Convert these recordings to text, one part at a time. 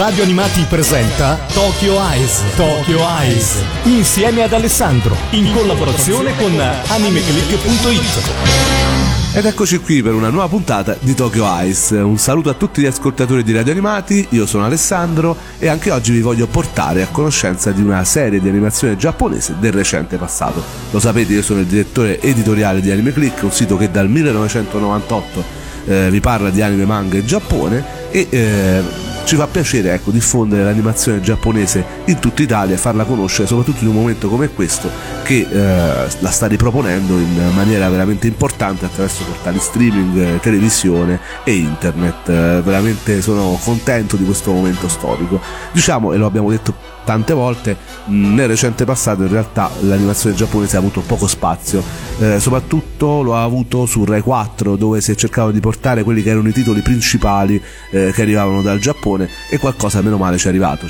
Radio Animati presenta Tokyo Eyes. Tokyo Eyes. Insieme ad Alessandro. In collaborazione con animeclick.it. Ed eccoci qui per una nuova puntata di Tokyo Eyes. Un saluto a tutti gli ascoltatori di Radio Animati, io sono Alessandro e anche oggi vi voglio portare a conoscenza di una serie di animazione giapponese del recente passato. Lo sapete, io sono il direttore editoriale di Anime Click, un sito che dal 1998 vi parla di anime, manga in Giappone e ci fa piacere, ecco, diffondere l'animazione giapponese in tutta Italia e farla conoscere, soprattutto in un momento come questo che la sta riproponendo in maniera veramente importante attraverso portali streaming, televisione e internet. Veramente sono contento di questo momento storico. Diciamo, e lo abbiamo detto tante volte, nel recente passato in realtà l'animazione giapponese ha avuto poco spazio, soprattutto lo ha avuto su Rai 4, dove si è cercato di portare quelli che erano i titoli principali che arrivavano dal Giappone, e qualcosa meno male ci è arrivato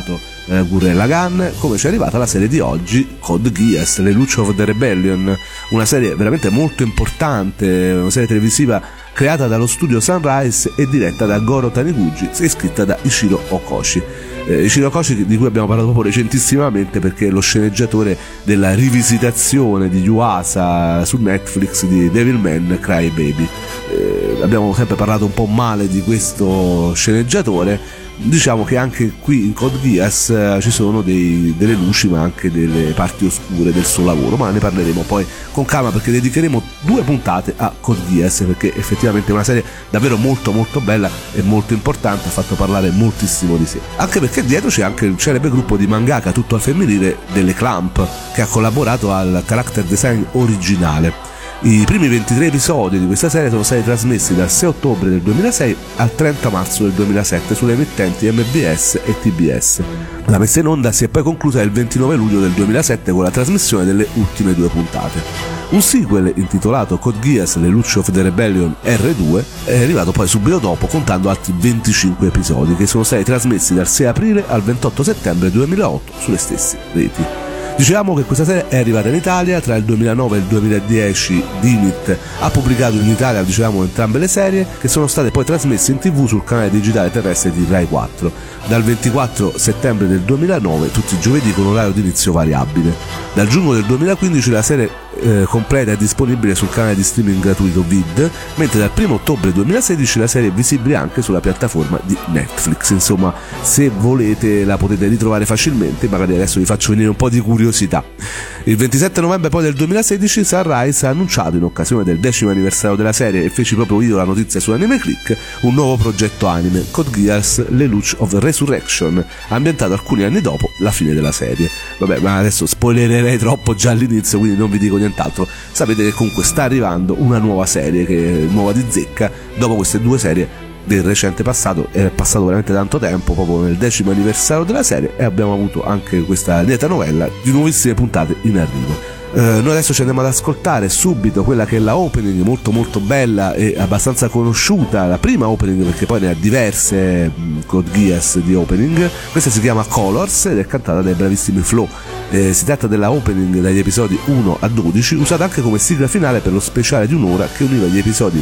Gurren Lagann, come ci è arrivata la serie di oggi, Code Geass, Lelouch of the Rebellion, una serie veramente molto importante, una serie televisiva creata dallo studio Sunrise e diretta da Goro Taniguchi e scritta da Ishiro Okoshi. Ishiro Okoshi, di cui abbiamo parlato proprio recentissimamente perché è lo sceneggiatore della rivisitazione di Yuasa su Netflix di Devilman Crybaby. Abbiamo sempre parlato un po' male di questo sceneggiatore. Diciamo che anche qui in Code Geass ci sono delle luci ma anche delle parti oscure del suo lavoro, ma ne parleremo poi con calma perché dedicheremo 2 puntate a Code Geass, perché effettivamente è una serie davvero molto molto bella e molto importante, ha fatto parlare moltissimo di sé, anche perché dietro c'è anche il celebre gruppo di mangaka tutto al femminile delle Clamp, che ha collaborato al character design originale. I primi 23 episodi di questa serie sono stati trasmessi dal 6 ottobre del 2006 al 30 marzo del 2007 sulle emittenti MBS e TBS. La messa in onda si è poi conclusa il 29 luglio del 2007 con la trasmissione delle ultime 2 puntate. Un sequel intitolato Code Geass Lelouch of the Rebellion R2 è arrivato poi subito dopo, contando altri 25 episodi che sono stati trasmessi dal 6 aprile al 28 settembre 2008 sulle stesse reti. Dicevamo che questa serie è arrivata in Italia tra il 2009 e il 2010. Dinit ha pubblicato in Italia, dicevamo, entrambe le serie, che sono state poi trasmesse in TV sul canale digitale terrestre di Rai 4 dal 24 settembre del 2009, tutti i giovedì con orario di inizio variabile. Dal giugno del 2015 la serie completa è disponibile sul canale di streaming gratuito Vid, mentre dal 1 ottobre 2016 la serie è visibile anche sulla piattaforma di Netflix. Insomma, se volete la potete ritrovare facilmente. Magari adesso vi faccio venire un po' di curiosità. Il 27 novembre poi del 2016 Sunrise ha annunciato, in occasione del 10° anniversario della serie, e feci proprio io la notizia su Anime Click, un nuovo progetto anime, Code Geass Lelouch of Resurrection, ambientato alcuni anni dopo la fine della serie. Vabbè, ma adesso spoilererei troppo già all'inizio, quindi non vi dico nient'altro. Sapete che comunque sta arrivando una nuova serie, che è nuova di zecca, dopo queste 2 serie del recente passato. È passato veramente tanto tempo, proprio nel 10° anniversario della serie, e abbiamo avuto anche questa lieta novella di nuovissime puntate in arrivo. Noi adesso ci andiamo ad ascoltare subito quella che è la opening, molto molto bella e abbastanza conosciuta, la prima opening, perché poi ne ha diverse Code Geass di opening. Questa si chiama Colors ed è cantata dai bravissimi Flow. Si tratta della opening dagli episodi 1 a 12, usata anche come sigla finale per lo speciale di un'ora che univa gli episodi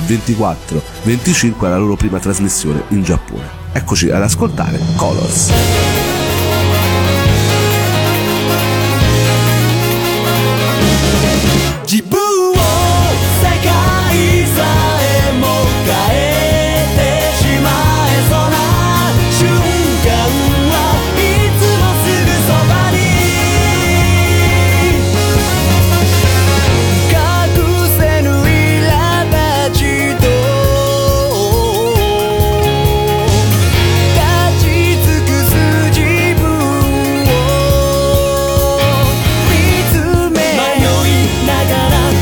24-25 alla loro prima trasmissione in Giappone. Eccoci ad ascoltare Colors. 自分を世界さえも変えてしまえそうな瞬間はいつもすぐそばに隠せぬ苛立ちと立ち尽くす自分を見つめ迷いながら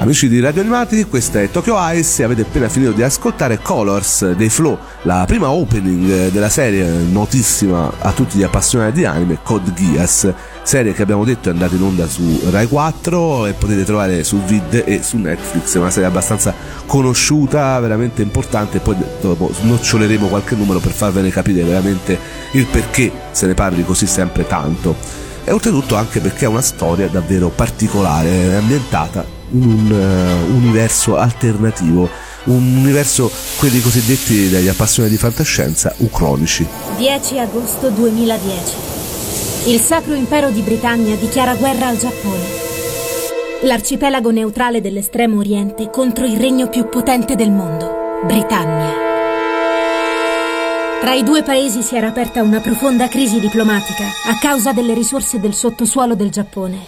Amici di Radio Animati, questa è Tokyo Ice e avete appena finito di ascoltare Colors dei Flow, la prima opening della serie notissima a tutti gli appassionati di anime, Code Geass, serie che abbiamo detto è andata in onda su Rai 4 e potete trovare su Vid e su Netflix. È una serie abbastanza conosciuta, veramente importante, e poi dopo snoccioleremo qualche numero per farvene capire veramente il perché se ne parli così sempre tanto. E oltretutto anche perché è una storia davvero particolare, è ambientata in un universo alternativo, un universo, quelli cosiddetti dagli appassionati di fantascienza, ucronici. 10 agosto 2010. Il Sacro Impero di Britannia dichiara guerra al Giappone. L'arcipelago neutrale dell'estremo oriente contro il regno più potente del mondo, Britannia. Tra i due paesi si era aperta una profonda crisi diplomatica a causa delle risorse del sottosuolo del Giappone.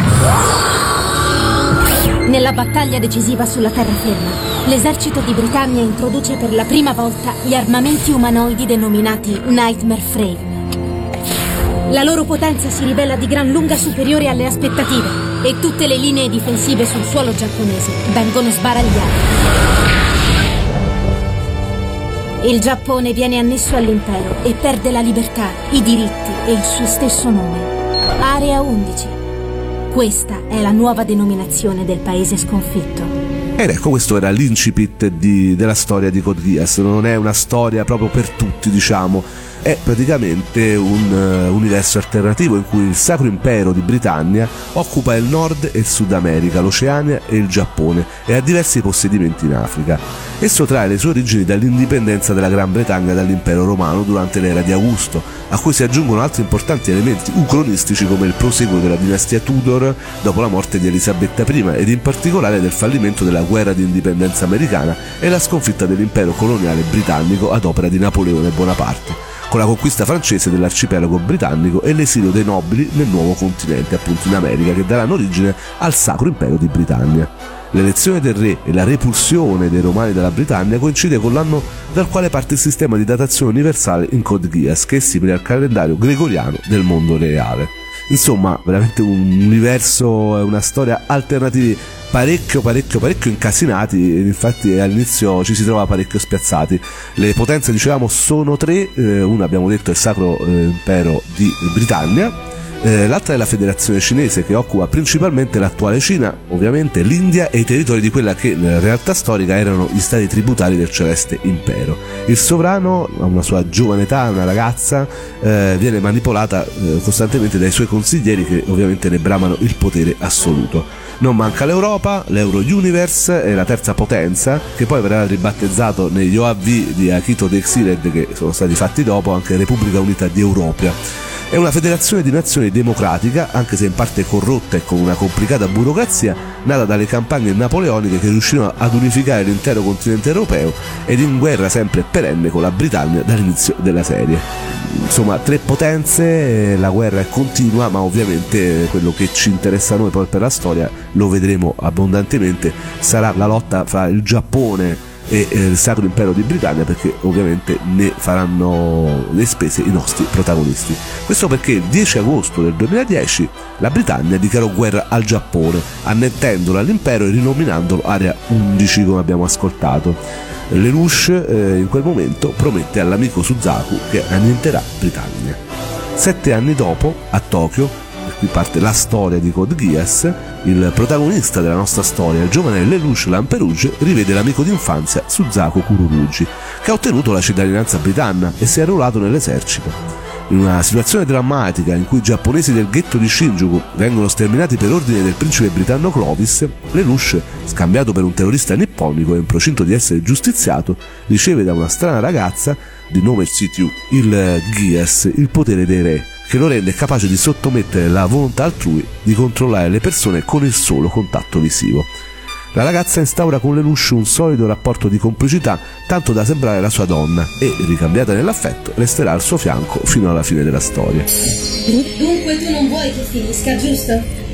Nella battaglia decisiva sulla terraferma, l'esercito di Britannia introduce per la prima volta gli armamenti umanoidi denominati Nightmare Frame. La loro potenza si rivela di gran lunga superiore alle aspettative e tutte le linee difensive sul suolo giapponese vengono sbaragliate. Il Giappone viene annesso all'impero e perde la libertà, i diritti e il suo stesso nome. Area 11. Questa è la nuova denominazione del paese sconfitto. Ed ecco, questo era l'incipit della storia di Code Geass. Non è una storia proprio per tutti, diciamo. È praticamente un universo alternativo in cui il Sacro Impero di Britannia occupa il Nord e il Sud America, l'Oceania e il Giappone e ha diversi possedimenti in Africa. Esso trae le sue origini dall'indipendenza della Gran Bretagna dall'Impero Romano durante l'era di Augusto, a cui si aggiungono altri importanti elementi ucronistici come il proseguo della dinastia Tudor dopo la morte di Elisabetta I ed in particolare del fallimento della guerra di indipendenza americana e la sconfitta dell'impero coloniale britannico ad opera di Napoleone Bonaparte, con la conquista francese dell'arcipelago britannico e l'esilio dei nobili nel nuovo continente, appunto in America, che daranno origine al Sacro Impero di Britannia. L'elezione del re e la repulsione dei romani dalla Britannia coincide con l'anno dal quale parte il sistema di datazione universale in Code Geass, che è simile al calendario gregoriano del mondo reale. Insomma, veramente un universo e una storia alternativi parecchio incasinati, infatti all'inizio ci si trova parecchio spiazzati. Le potenze, dicevamo, sono tre, una abbiamo detto è il Sacro Impero di Britannia, l'altra è la Federazione Cinese, che occupa principalmente l'attuale Cina, ovviamente l'India e i territori di quella che nella realtà storica erano gli stati tributari del Celeste Impero. Il sovrano, a una sua giovane età, una ragazza, viene manipolata costantemente dai suoi consiglieri che ovviamente ne bramano il potere assoluto. Non manca l'Europa, l'Euro-Universe è la terza potenza, che poi verrà ribattezzato negli OAV di Akito the Exiled, che sono stati fatti dopo, anche Repubblica Unita di Europea. È una federazione di nazioni democratica, anche se in parte corrotta e con una complicata burocrazia, nata dalle campagne napoleoniche che riuscirono ad unificare l'intero continente europeo ed in guerra sempre perenne con la Britannia dall'inizio della serie. Insomma, tre potenze, la guerra è continua, ma ovviamente quello che ci interessa a noi poi per la storia, lo vedremo abbondantemente, sarà la lotta fra il Giappone e il Sacro Impero di Britannia, perché ovviamente ne faranno le spese i nostri protagonisti. Questo perché il 10 agosto del 2010 la Britannia dichiarò guerra al Giappone, annettendolo all'impero e rinominandolo Area 11, come abbiamo ascoltato. Lelouch in quel momento promette all'amico Suzaku che annienterà Britannia. 7 anni dopo, a Tokyo, e qui parte la storia di Code Geass, il protagonista della nostra storia, il giovane Lelouch Lamperouge, rivede l'amico d'infanzia Suzaku Kururugi, che ha ottenuto la cittadinanza britannica e si è arruolato nell'esercito. In una situazione drammatica in cui i giapponesi del ghetto di Shinjuku vengono sterminati per ordine del principe britanno Clovis, Lelouch, scambiato per un terrorista nipponico e in procinto di essere giustiziato, riceve da una strana ragazza di nome Tsu, il Geass, il potere dei re, che lo rende capace di sottomettere la volontà altrui di controllare le persone con il solo contatto visivo. La ragazza instaura con Lelouch un solido rapporto di complicità, tanto da sembrare la sua donna, e, ricambiata nell'affetto, resterà al suo fianco fino alla fine della storia. Dunque tu non vuoi che finisca, giusto?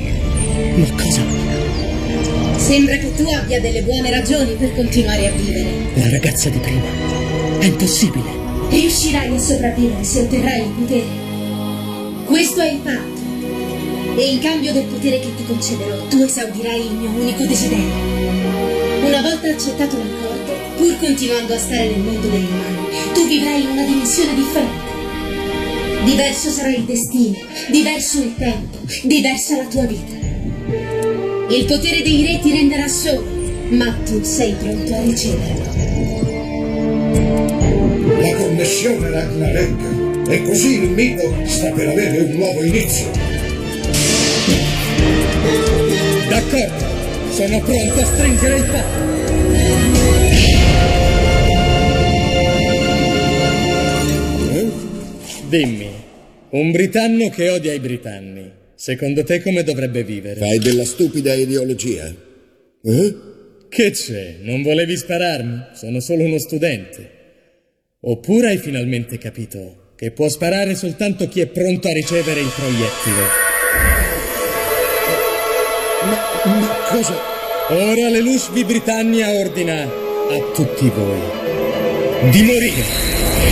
Ma cosa? Sembra che tu abbia delle buone ragioni per continuare a vivere. La ragazza di prima. È impossibile. Riuscirai a sopravvivere se otterrai il potere. Questo è il patto. E in cambio del potere che ti concederò, tu esaudirai il mio unico desiderio. Una volta accettato l'accordo, pur continuando a stare nel mondo degli umani, tu vivrai in una dimensione differente. Diverso sarà il destino, diverso il tempo, diversa la tua vita. Il potere dei re ti renderà solo, ma tu sei pronto a riceverlo. La connessione Ragnarök, e così il mito sta per avere un nuovo inizio. D'accordo, sono pronto a stringere il patto. Dimmi, un britanno che odia i britanni, secondo te come dovrebbe vivere? Fai della stupida ideologia? Che c'è? Non volevi spararmi? Sono solo uno studente. Oppure hai finalmente capito che può sparare soltanto chi è pronto a ricevere il proiettile? Ma cosa? Ora Lelouch di Britannia ordina a tutti voi di morire.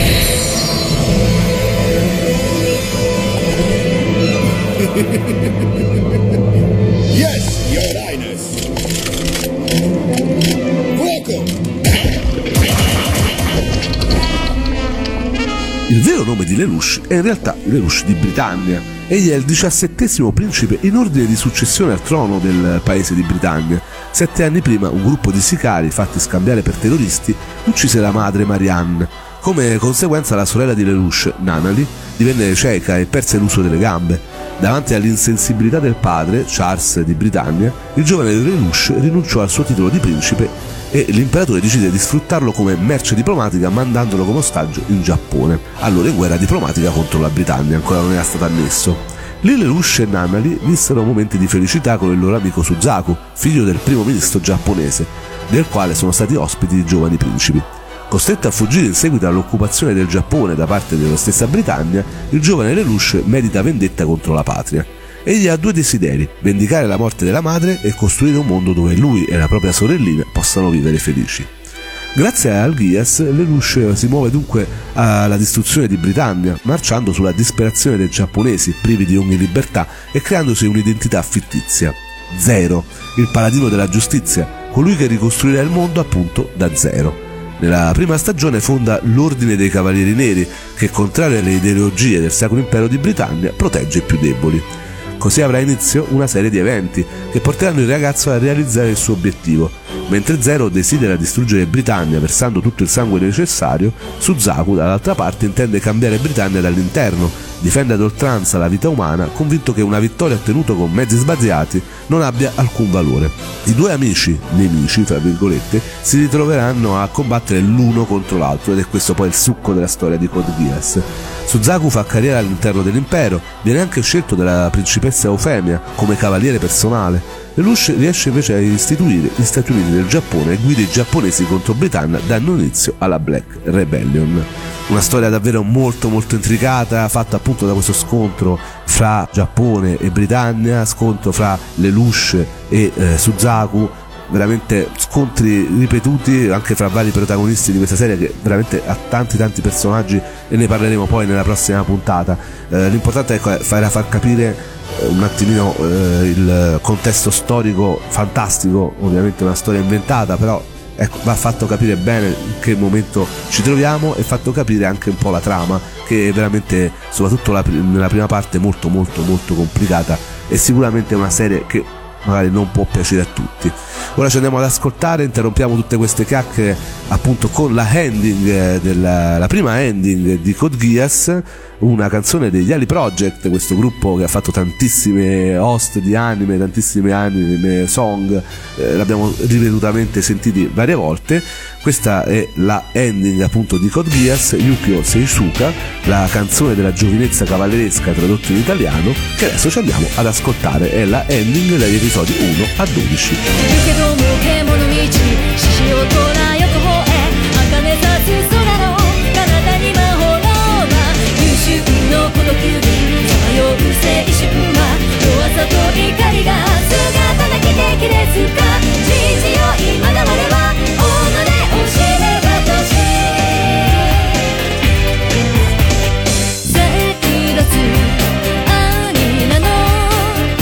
Yes, Your Highness. Fuoco! Il vero nome di Lelouch è in realtà Lelouch di Britannia. Egli è il 17° principe in ordine di successione al trono del paese di Britannia. 7 anni prima un gruppo di sicari fatti scambiare per terroristi uccise la madre Marianne. Come conseguenza la sorella di Lelouch, Nanali, divenne cieca e perse l'uso delle gambe. Davanti all'insensibilità del padre, Charles di Britannia, il giovane Lelouch rinunciò al suo titolo di principe e l'imperatore decide di sfruttarlo come merce diplomatica mandandolo come ostaggio in Giappone, allora in guerra diplomatica contro la Britannia, ancora non era stato annesso. Lì Lelouch e Nanali vissero momenti di felicità con il loro amico Suzaku, figlio del primo ministro giapponese, del quale sono stati ospiti i giovani principi. Costretto a fuggire in seguito all'occupazione del Giappone da parte della stessa Britannia, il giovane Lelouch medita vendetta contro la patria. Egli ha 2 desideri: vendicare la morte della madre e costruire un mondo dove lui e la propria sorellina possano vivere felici. Grazie al Ghias, Lelouch si muove dunque alla distruzione di Britannia, marciando sulla disperazione dei giapponesi, privi di ogni libertà, e creandosi un'identità fittizia. Zero, il paladino della giustizia, colui che ricostruirà il mondo appunto da zero. Nella prima stagione fonda l'Ordine dei Cavalieri Neri, che, contrario alle ideologie del Sacro Impero di Britannia, protegge i più deboli. Così avrà inizio una serie di eventi che porteranno il ragazzo a realizzare il suo obiettivo. Mentre Zero desidera distruggere Britannia versando tutto il sangue necessario, Suzaku dall'altra parte intende cambiare Britannia dall'interno, difende ad oltranza la vita umana, convinto che una vittoria ottenuta con mezzi sbagliati non abbia alcun valore. I 2 amici, nemici tra virgolette, si ritroveranno a combattere l'uno contro l'altro, ed è questo poi il succo della storia di Code Geass. Suzaku fa carriera all'interno dell'impero, viene anche scelto dalla principessa Eufemia come cavaliere personale. Lelouch riesce invece a istituire gli Stati Uniti del Giappone e guida i giapponesi contro Britannia, dando inizio alla Black Rebellion. Una storia davvero molto molto intricata, fatta appunto da questo scontro fra Giappone e Britannia, scontro fra Lelouch e Suzaku, veramente scontri ripetuti anche fra vari protagonisti di questa serie, che veramente ha tanti personaggi, e ne parleremo poi nella prossima puntata. L'importante era far capire un attimino il contesto storico fantastico, ovviamente una storia inventata, però ecco, va fatto capire bene in che momento ci troviamo e fatto capire anche un po' la trama, che è veramente, soprattutto nella prima parte, molto complicata, e sicuramente è una serie che magari non può piacere a tutti. Ora ci andiamo ad ascoltare, interrompiamo tutte queste chiacchiere appunto con la ending la prima ending di Code Geass, una canzone degli Ali Project, questo gruppo che ha fatto tantissime host di anime, tantissime anime song, l'abbiamo ripetutamente sentiti varie volte. Questa è la ending appunto di Code Geass, Yukio Seisuka, la canzone della giovinezza cavalleresca tradotto in italiano, che adesso ci andiamo ad ascoltare. È la ending dagli episodi 1 a 12. 「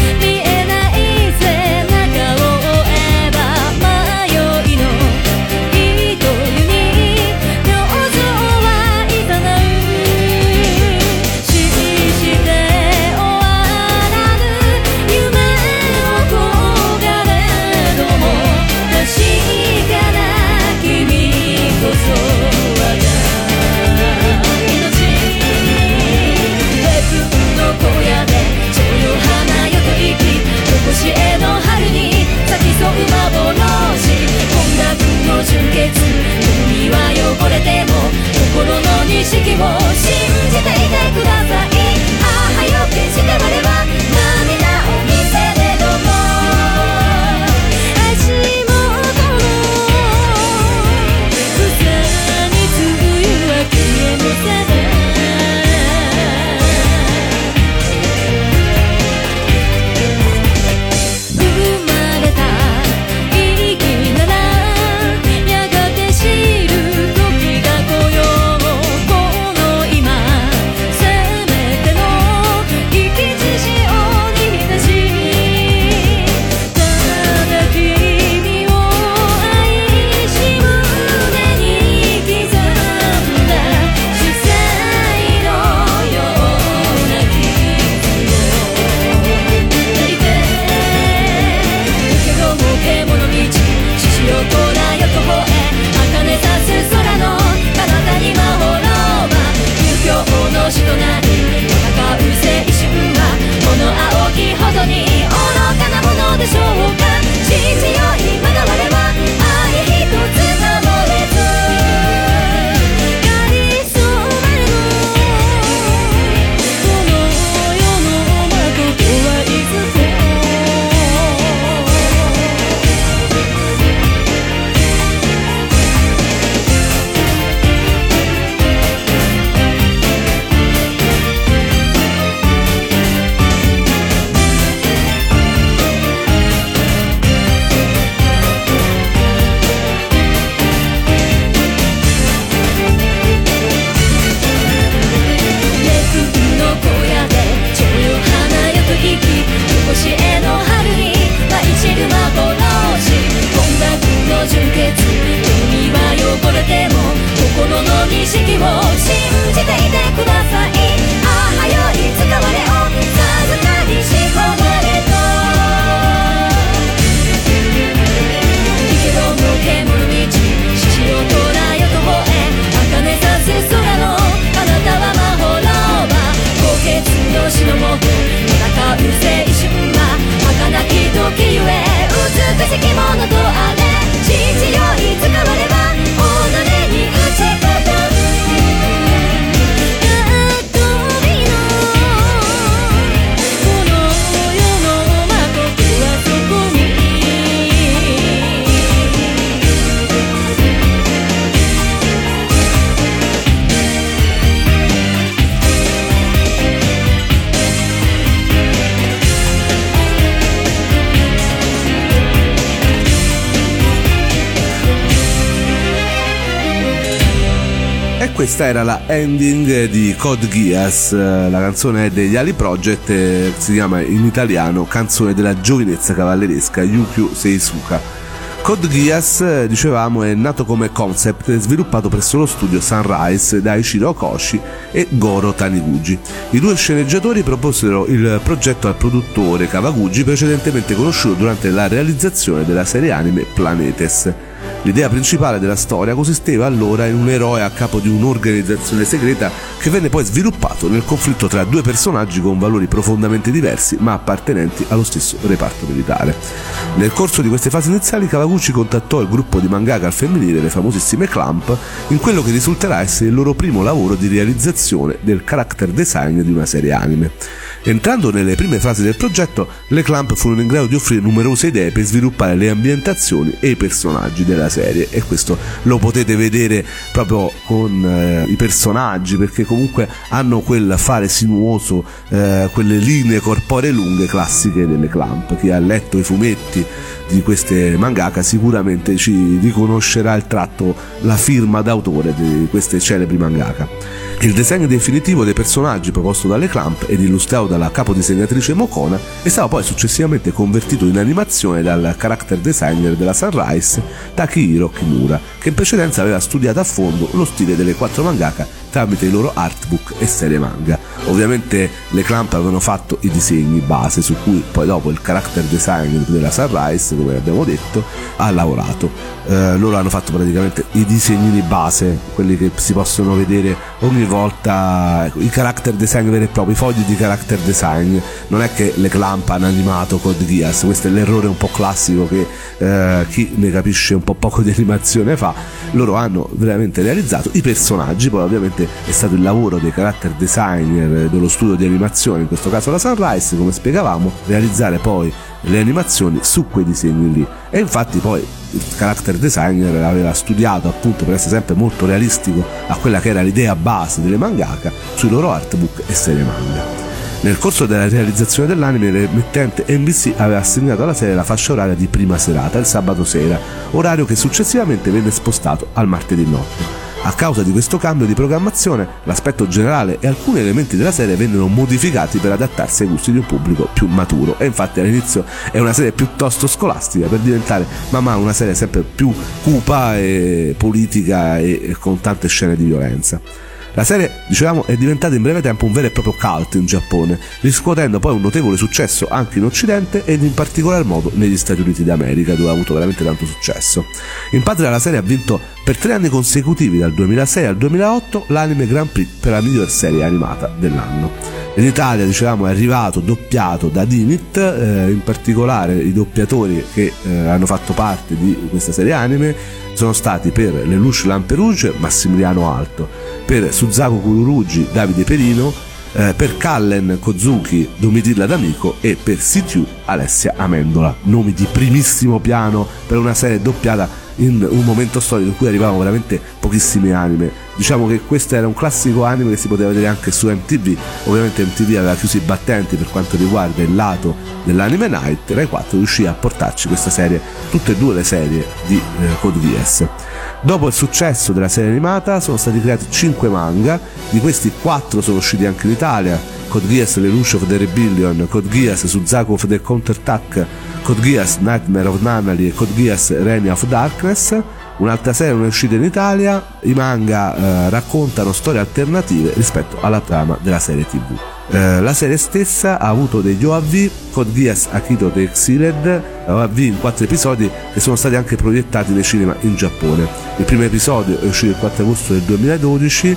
questa era la ending di Code Geass, la canzone è degli Ali Project, si chiama in italiano Canzone della giovinezza cavalleresca Yukio Seisuka. Code Geass, dicevamo, è nato come concept e sviluppato presso lo studio Sunrise da Ichiro Okoshi e Goro Taniguchi. I due sceneggiatori proposero il progetto al produttore Kawaguchi, precedentemente conosciuto durante la realizzazione della serie anime Planetes. L'idea principale della storia consisteva allora in un eroe a capo di un'organizzazione segreta che venne poi sviluppato nel conflitto tra due personaggi con valori profondamente diversi ma appartenenti allo stesso reparto militare. Nel corso di queste fasi iniziali Kawaguchi contattò il gruppo di mangaka al femminile, le famosissime Clamp, in quello che risulterà essere il loro primo lavoro di realizzazione del character design di una serie anime. Entrando nelle prime fasi del progetto, le Clamp furono in grado di offrire numerose idee per sviluppare le ambientazioni e i personaggi della serie, e questo lo potete vedere proprio con i personaggi, perché comunque hanno quel fare sinuoso, quelle linee corporee lunghe classiche delle Clamp. Chi ha letto i fumetti di queste mangaka sicuramente ci riconoscerà il tratto, la firma d'autore di queste celebri mangaka. Il disegno definitivo dei personaggi proposto dalle Clamp ed illustrato dalla capodisegnatrice Mokona è stato poi successivamente convertito in animazione dal character designer della Sunrise Takehiro Kimura, che in precedenza aveva studiato a fondo lo stile delle 4 mangaka tramite i loro artbook e serie manga. Ovviamente le Clamp avevano fatto i disegni base su cui poi dopo il character designer della Sunrise, come abbiamo detto, ha lavorato. Loro hanno fatto praticamente i disegnini base, quelli che si possono vedere ogni volta, i character design veri e propri, i fogli di character design. Non è che le Clamp hanno animato Code Geass, questo è l'errore un po' classico che chi ne capisce un po' poco di animazione fa. Loro hanno veramente realizzato i personaggi, poi ovviamente è stato il lavoro dei character designer dello studio di animazione, in questo caso la Sunrise, come spiegavamo, realizzare poi le animazioni su quei disegni lì. E infatti poi il character designer aveva studiato, appunto, per essere sempre molto realistico a quella che era l'idea base delle mangaka, sui loro artbook e serie manga. Nel corso della realizzazione dell'anime, l'emittente NBC aveva assegnato alla serie la fascia oraria di prima serata, il sabato sera, orario che successivamente venne spostato al martedì notte. A causa di questo cambio di programmazione, l'aspetto generale e alcuni elementi della serie vennero modificati per adattarsi ai gusti di un pubblico più maturo, e infatti all'inizio è una serie piuttosto scolastica per diventare man mano una serie sempre più cupa e politica e con tante scene di violenza. La serie, dicevamo, è diventata in breve tempo un vero e proprio cult in Giappone, riscuotendo poi un notevole successo anche in Occidente ed in particolar modo negli Stati Uniti d'America, dove ha avuto veramente tanto successo. In patria la serie ha vinto per 3 anni consecutivi, dal 2006 al 2008, l'Anime Grand Prix per la miglior serie animata dell'anno. In Italia, dicevamo, è arrivato doppiato da Dinit, in particolare i doppiatori che hanno fatto parte di questa serie anime sono stati per Lelouch Lamperouge Massimiliano Alto, per Suzaku Kururugi Davide Perino, per Kallen Kozuki Domitilla D'Amico e per Situ Alessia Amendola. Nomi di primissimo piano per una serie doppiata in un momento storico in cui arrivavano veramente pochissime anime. Diciamo che questo era un classico anime che si poteva vedere anche su MTV. Ovviamente MTV aveva chiuso i battenti per quanto riguarda il lato dell'Anime Night. Rai 4 riuscì a portarci questa serie, tutte e due le serie di Code Geass. Dopo il successo della serie animata sono stati creati 5 manga, di questi 4 sono usciti anche in Italia: Code Geass Lelouch of the Rebellion, Code Geass Suzaku of the Counterattack, Code Geass Nightmare of Nanali e Code Geass Reign of Darkness. Un'altra serie non è uscita in Italia. I manga raccontano storie alternative rispetto alla trama della serie TV. La serie stessa ha avuto degli OAV, Code Geass Akito the Exiled, OAV in 4 episodi che sono stati anche proiettati nei cinema in Giappone. Il primo episodio è uscito il 4 agosto del 2012.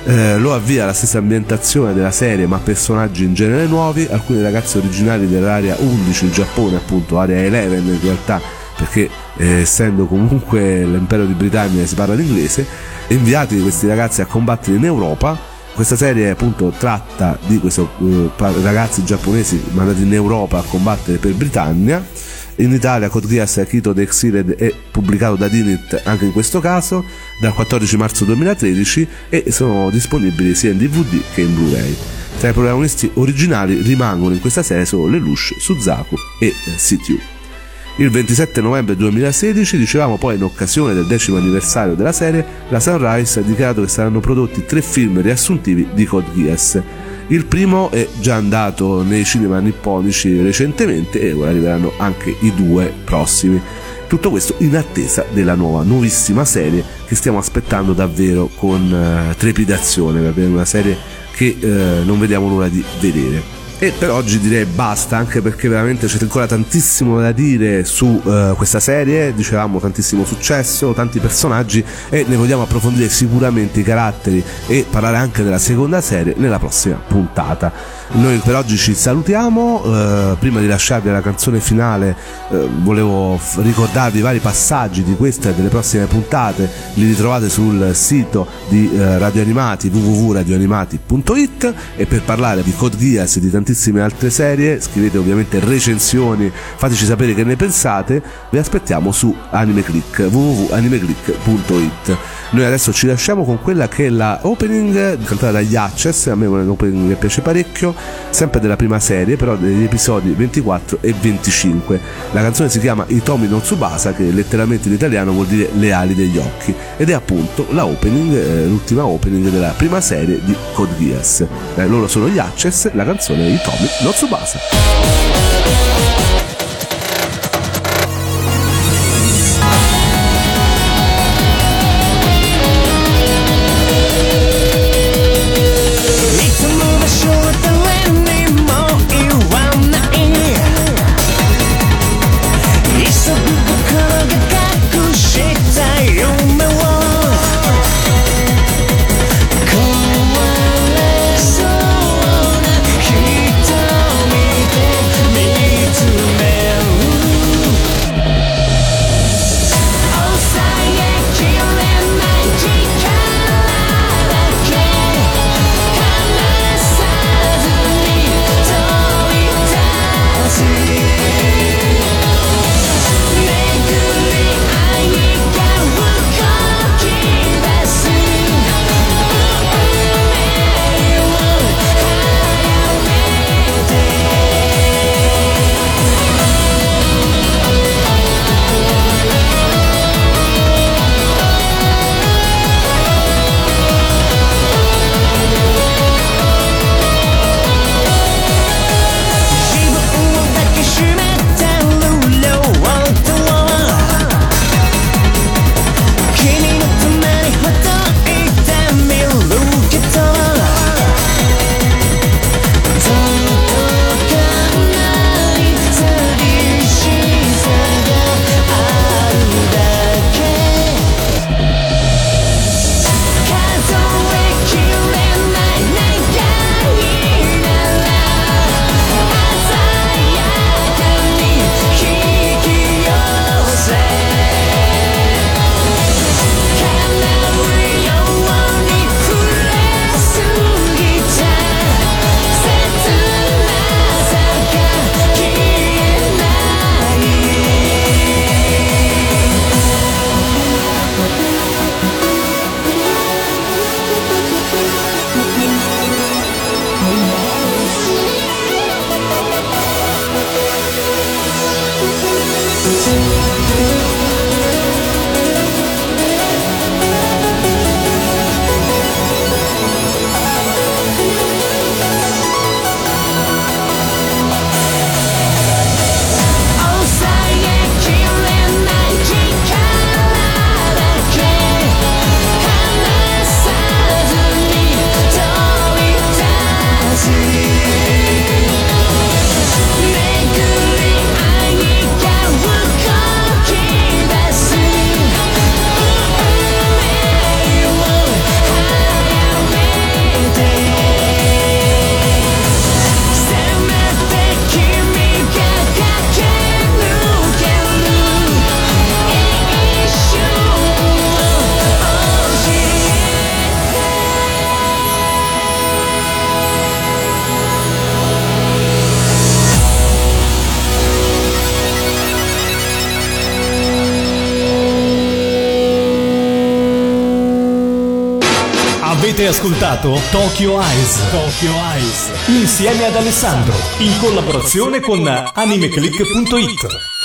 L'OAV ha la stessa ambientazione della serie ma personaggi in genere nuovi, alcuni ragazzi originali dell'area 11 in Giappone, appunto area 11 in realtà, perché essendo comunque l'impero di Britannia si parla l'inglese, inviati questi ragazzi a combattere in Europa. Questa serie appunto tratta di questi ragazzi giapponesi mandati in Europa a combattere per Britannia. In Italia Code Geass Akito the Exiled è pubblicato da Dinit anche in questo caso dal 14 marzo 2013 e sono disponibili sia in DVD che in Blu-ray. Tra i protagonisti originali rimangono in questa serie solo Lelouch, Suzaku e Situ. Il 27 novembre 2016, dicevamo poi, in occasione del 10° anniversario della serie, la Sunrise ha dichiarato che saranno prodotti 3 film riassuntivi di Code Geass. Il primo è già andato nei cinema nipponici recentemente e ora arriveranno anche i 2 prossimi. Tutto questo in attesa della nuovissima serie che stiamo aspettando davvero con trepidazione, va bene? Una serie che non vediamo l'ora di vedere. E per oggi direi basta, anche perché veramente c'è ancora tantissimo da dire su questa serie. Dicevamo, tantissimo successo, tanti personaggi, e ne vogliamo approfondire sicuramente i caratteri e parlare anche della seconda serie nella prossima puntata. Noi per oggi ci salutiamo. Prima di lasciarvi alla canzone finale volevo ricordarvi i vari passaggi di questa e delle prossime puntate. Li ritrovate sul sito di Radio Animati, www.radioanimati.it, e per parlare di Code Geass e di tantissime altre serie scrivete ovviamente recensioni, fateci sapere che ne pensate. Vi aspettiamo su Anime Click, www.animeclick.it. Noi adesso ci lasciamo con quella che è la opening cantata dagli Access. A me è un opening che piace parecchio, sempre della prima serie, però degli episodi 24 e 25. La canzone si chiama Hitomi no Tsubasa, che letteralmente in italiano vuol dire le ali degli occhi, ed è appunto la opening, l'ultima opening della prima serie di Code Geass. Loro sono gli Access, la canzone è Hitomi no Tsubasa. Avete ascoltato Tokyo Eyes insieme ad Alessandro, in collaborazione con animeclick.it.